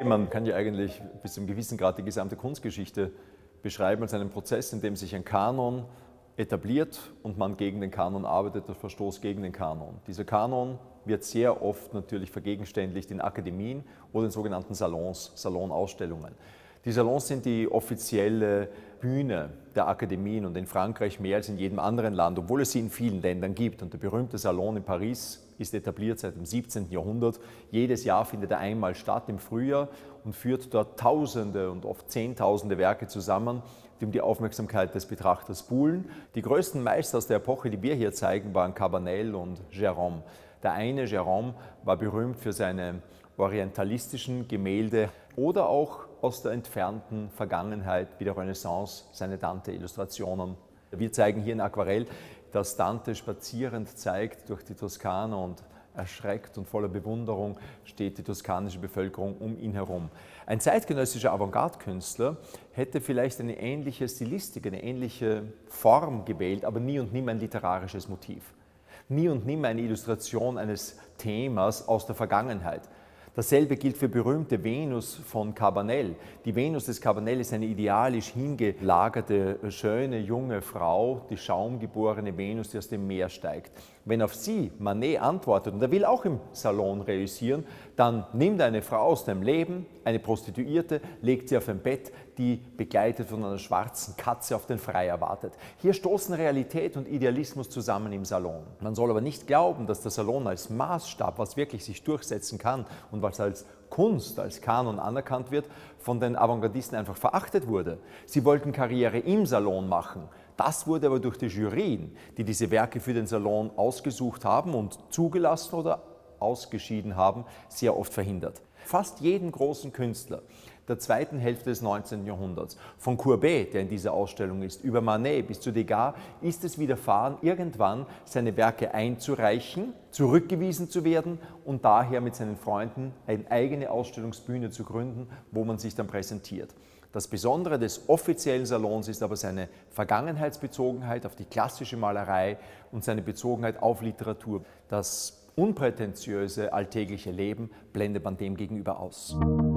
Man kann ja eigentlich bis zu einem gewissen Grad die gesamte Kunstgeschichte beschreiben als einen Prozess, in dem sich ein Kanon etabliert und man gegen den Kanon arbeitet, der Verstoß gegen den Kanon. Dieser Kanon wird sehr oft natürlich vergegenständlicht in Akademien oder in sogenannten Salons, Salonausstellungen. Die Salons sind die offizielle Bühne der Akademien und in Frankreich mehr als in jedem anderen Land, obwohl es sie in vielen Ländern gibt. Und der berühmte Salon in Paris ist etabliert seit dem 17. Jahrhundert. Jedes Jahr findet er einmal statt im Frühjahr und führt dort Tausende und oft Zehntausende Werke zusammen, die um die Aufmerksamkeit des Betrachters buhlen. Die größten Meister aus der Epoche, die wir hier zeigen, waren Cabanel und Gérôme. Der eine, Gérôme, war berühmt für seine orientalistischen Gemälde oder auch aus der entfernten Vergangenheit wie der Renaissance seine Dante-Illustrationen. Wir zeigen hier in Aquarell, dass Dante spazierend zeigt durch die Toskana und erschreckt und voller Bewunderung steht die toskanische Bevölkerung um ihn herum. Ein zeitgenössischer Avantgarde-Künstler hätte vielleicht eine ähnliche Stilistik, eine ähnliche Form gewählt, aber nie und nimmer ein literarisches Motiv. Nie und nimmer eine Illustration eines Themas aus der Vergangenheit. Dasselbe gilt für berühmte Venus von Cabanel. Die Venus des Cabanel ist eine idealisch hingelagerte, schöne, junge Frau, die schaumgeborene Venus, die aus dem Meer steigt. Wenn auf sie Manet antwortet, und er will auch im Salon reüssieren, dann nimmt er eine Frau aus dem Leben, eine Prostituierte, legt sie auf ein Bett, die begleitet von einer schwarzen Katze auf den Freier wartet. Hier stoßen Realität und Idealismus zusammen im Salon. Man soll aber nicht glauben, dass der Salon als Maßstab, was wirklich sich durchsetzen kann und was als Kunst, als Kanon anerkannt wird, von den Avantgardisten einfach verachtet wurde. Sie wollten Karriere im Salon machen. Das wurde aber durch die Jurien, die diese Werke für den Salon ausgesucht haben und zugelassen oder ausgeschieden haben, sehr oft verhindert. Fast jeden großen Künstler der zweiten Hälfte des 19. Jahrhunderts, von Courbet, der in dieser Ausstellung ist, über Manet bis zu Degas, ist es widerfahren, irgendwann seine Werke einzureichen, zurückgewiesen zu werden und daher mit seinen Freunden eine eigene Ausstellungsbühne zu gründen, wo man sich dann präsentiert. Das Besondere des offiziellen Salons ist aber seine Vergangenheitsbezogenheit auf die klassische Malerei und seine Bezogenheit auf Literatur. Das unprätentiöse alltägliche Leben blendet man dem gegenüber aus.